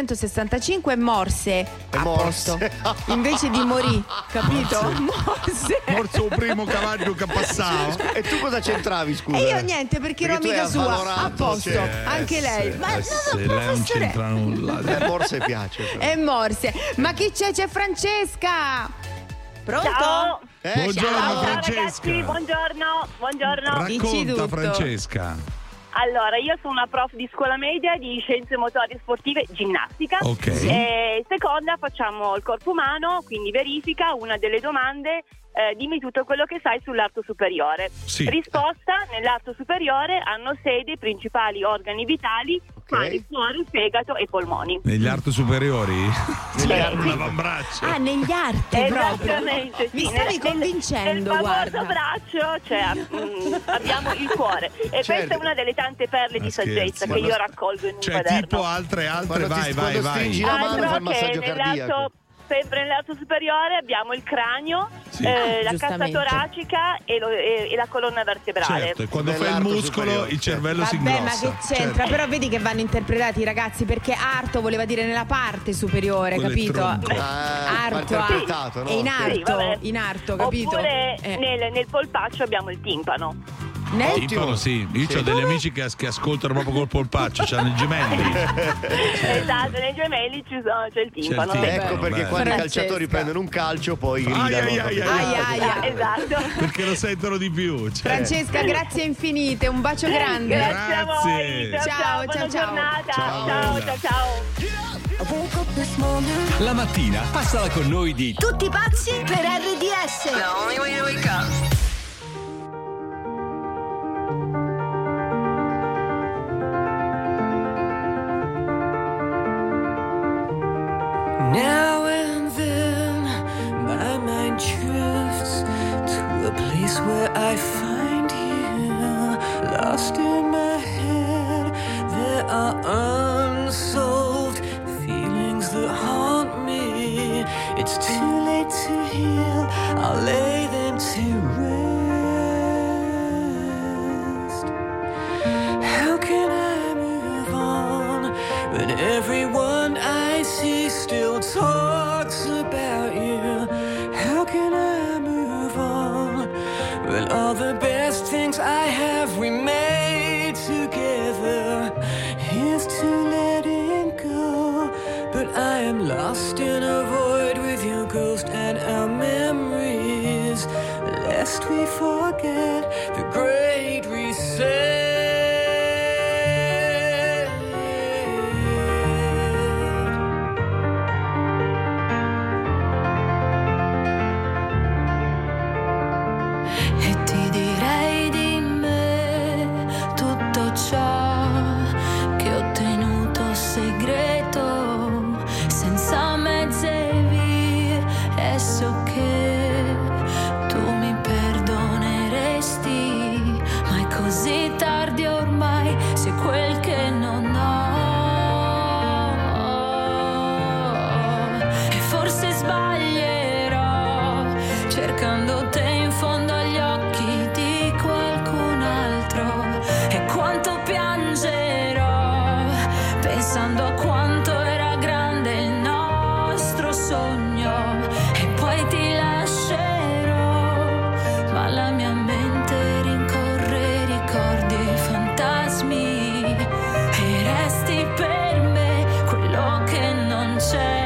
1265 e morse. A posto. Invece di morì, capito? Morse. Morse il primo cavallo che passava. E tu cosa c'entravi, scusa? E io niente, perché ero tu hai amica sua. avvalorato, A posto, anche lei. Ma lei non c'entra nulla. Morse piace. È morse. Ma chi c'è? C'è Francesca. Pronto? Ciao. Buongiorno, Ciao Francesca. ragazzi, buongiorno. Racconta, Francesca. Allora, io sono una prof di scuola media di scienze motorie sportive, ginnastica. Ok. E seconda, facciamo il corpo umano, quindi verifica una delle domande. Dimmi tutto quello che sai sull'arto superiore. Sì. Risposta: nell'arto superiore hanno sede i principali organi vitali, mani, cuore, fegato e polmoni. Negli arti superiori? Sì. L'avambraccio. Ah, negli arti proprio. Esattamente, sì. Mi stavi convincendo, nel famoso guarda. braccio, abbiamo il cuore. E questa è una delle tante perle di saggezza che io raccolgo in un Cioè, quaderno. tipo altre, vai. stringi la mano fai il massaggio cardiaco. Sempre nell'arto superiore abbiamo il cranio, la cassa toracica e la colonna vertebrale. Certo, e quando fai il muscolo il cervello si Vabbè, ingrossa. ma che c'entra? Certo. Però vedi che vanno interpretati, ragazzi, perché arto voleva dire nella parte superiore, Quello è capito? tronco. Arto, interpretato, no? è in Sì, vabbè. arto, capito? Oppure nel polpaccio abbiamo il timpano. Timpano, sì. Io ho degli amici che ascoltano proprio col polpaccio, c'hanno i gemelli. Esatto, nei gemelli c'è il timpano. C'è il timpano, Ecco perché bello. quando i Francesca. calciatori prendono un calcio poi gridano. Esatto. Perché lo sentono di più. Cioè. Francesca, grazie infinite, un bacio grande. Grazie a voi. Ciao, buona ciao. giornata. Ciao. Ciao. La mattina passala con noi di Tutti pazzi per RDS. The only way to wake up. Now and then, my mind drifts to a place where I find you. Lost in my head, there are unsolved feelings that haunt me. It's too late to heal, I'll lay them to rest. How can I move on when everyone I see still talks about you? How can I move on when all the best things I have we made together? Here's to letting go, but I am lost in a void with your ghost and our memories, lest we forget the great reset. E ti direi di me tutto ciò che ho tenuto segreto, senza mezze vie, e so che tu mi perdoneresti. cercando te in fondo agli occhi di qualcun altro. E quanto piangerò pensando a quanto era grande il nostro sogno. E poi ti lascerò, ma la mia mente rincorre ricordi, fantasmi, e resti per me quello che non c'è.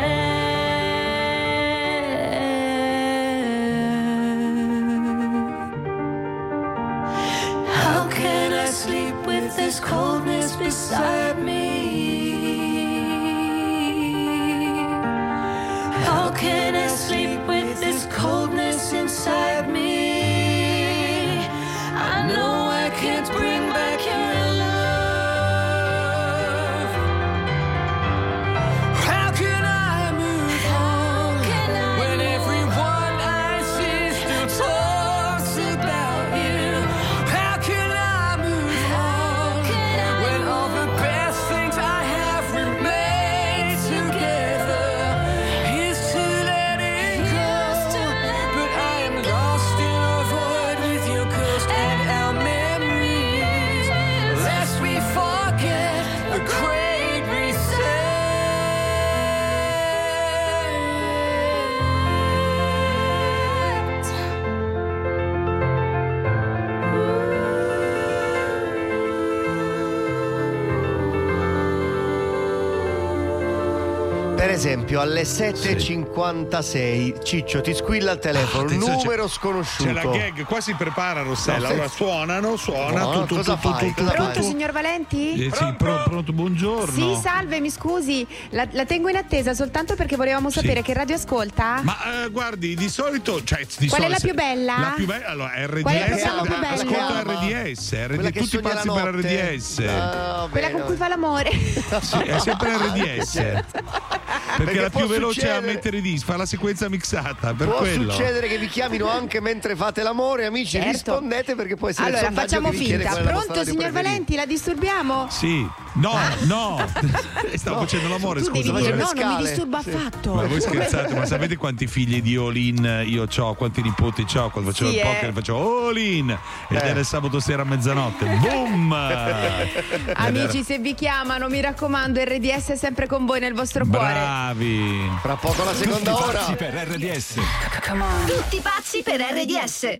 How can I sleep with this coldness beside me? How can I sleep with this coldness inside me? I know I can't bring back your love. How can I move on when everyone I see still talks about you? How can I move on when all the best things I have remain together? Is to let it go, but I am lost in a void with your ghost and our memories, lest we forget the great reset. Per esempio alle 7.56 Ciccio ti squilla il telefono, Attenzione, numero sconosciuto. C'è la gag, qua si prepara Rossella. No, Allora suona. cosa fai? Pronto, signor Valenti? Sì, pronto, buongiorno. Sì, salve, mi scusi, la tengo in attesa soltanto perché volevamo sapere che radio ascolta. Ma guardi, di solito, Qual è la più bella? La più bella, allora RDS. Qual è il programma più bello? Ascolta RDS, Quella che tutti sogna pazzi la per notte. RDS. Quella con cui fa l'amore. Sì, è sempre RDS. Perché la può più veloce a succedere- mettere i dischi, fa la sequenza mixata. Per Può quello. succedere che vi chiamino anche mentre fate l'amore, amici, Certo. rispondete perché poi se Allora, facciamo finta. Pronto, signor Valenti, la disturbiamo? Sì, no, stavo facendo l'amore. Tu Scusa, devi dire no, non mi disturba affatto. Ma voi scherzate, ma sapete quanti figli di All-In io ho, quanti nipoti ho? Quando facevo Sì, il poker facevo All-In ed era il sabato sera a mezzanotte. Boom! Amici, se vi chiamano, mi raccomando, RDS è sempre con voi nel vostro cuore. Bravi! Fra poco la seconda Tutti ora. pazzi per RDS. Tutti pazzi per RDS.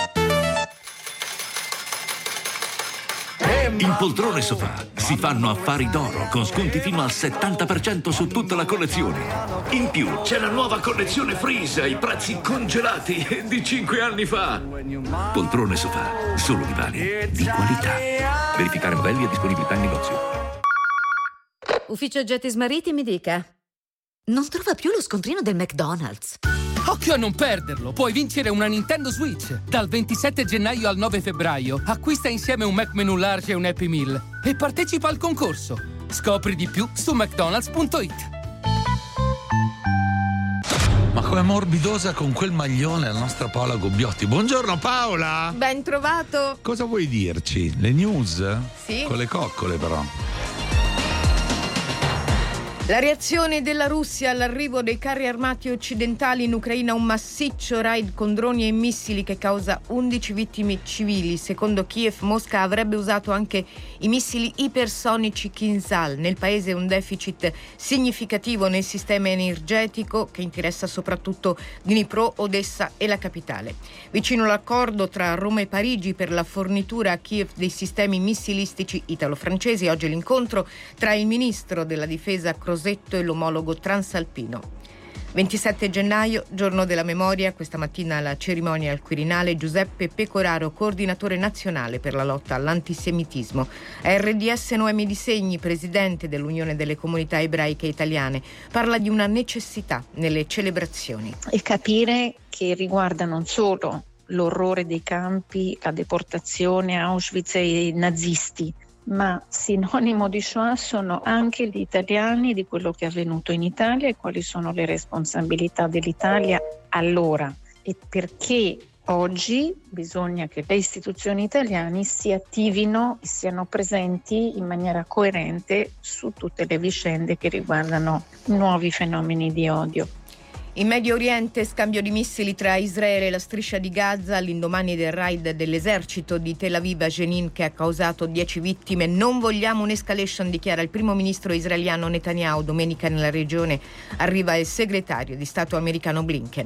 In Poltrone Sofà si fanno affari d'oro con sconti fino al 70% su tutta la collezione. In più c'è la nuova collezione Freeze ai prezzi congelati di 5 anni fa. Poltrone Sofà, solo divani di qualità. Verificare modelli e disponibilità in negozio. Ufficio Oggetti Smarriti, mi dica. Non trova più lo scontrino del McDonald's. Occhio a non perderlo! Puoi vincere una Nintendo Switch. Dal 27 gennaio al 9 febbraio acquista insieme un Mac Menu Large e un Happy Meal e partecipa al concorso. Scopri di più su mcdonalds.it. Ma com'è morbidosa con quel maglione la nostra Paola Gobbiotti. Buongiorno Paola! Ben trovato. Cosa vuoi dirci? Le news? Sì. Con le coccole però. La reazione della Russia all'arrivo dei carri armati occidentali in Ucraina, un massiccio raid con droni e missili che causa 11 vittime civili. Secondo Kiev, Mosca avrebbe usato anche i missili ipersonici Kinzhal. Nel paese un deficit significativo nel sistema energetico che interessa soprattutto Dnipro, Odessa e la capitale. Vicino l'accordo tra Roma e Parigi per la fornitura a Kiev dei sistemi missilistici italo-francesi, oggi l'incontro tra il ministro della difesa Crosetto e l'omologo transalpino. 27 gennaio, giorno della memoria, questa mattina alla cerimonia al Quirinale Giuseppe Pecoraro, coordinatore nazionale per la lotta all'antisemitismo. A RDS Noemi Di Segni, presidente dell'Unione delle Comunità Ebraiche Italiane, parla di una necessità nelle celebrazioni. E capire che riguarda non solo l'orrore dei campi, la deportazione, Auschwitz e i nazisti, ma sinonimo di Shoah sono anche gli italiani, di quello che è avvenuto in Italia e quali sono le responsabilità dell'Italia allora, e perché oggi bisogna che le istituzioni italiane si attivino e siano presenti in maniera coerente su tutte le vicende che riguardano nuovi fenomeni di odio. In Medio Oriente, scambio di missili tra Israele e la striscia di Gaza all'indomani del raid dell'esercito di Tel Aviv a Jenin che ha causato 10 vittime. Non vogliamo un'escalation, dichiara il primo ministro israeliano Netanyahu. Domenica nella regione arriva il segretario di Stato americano Blinken.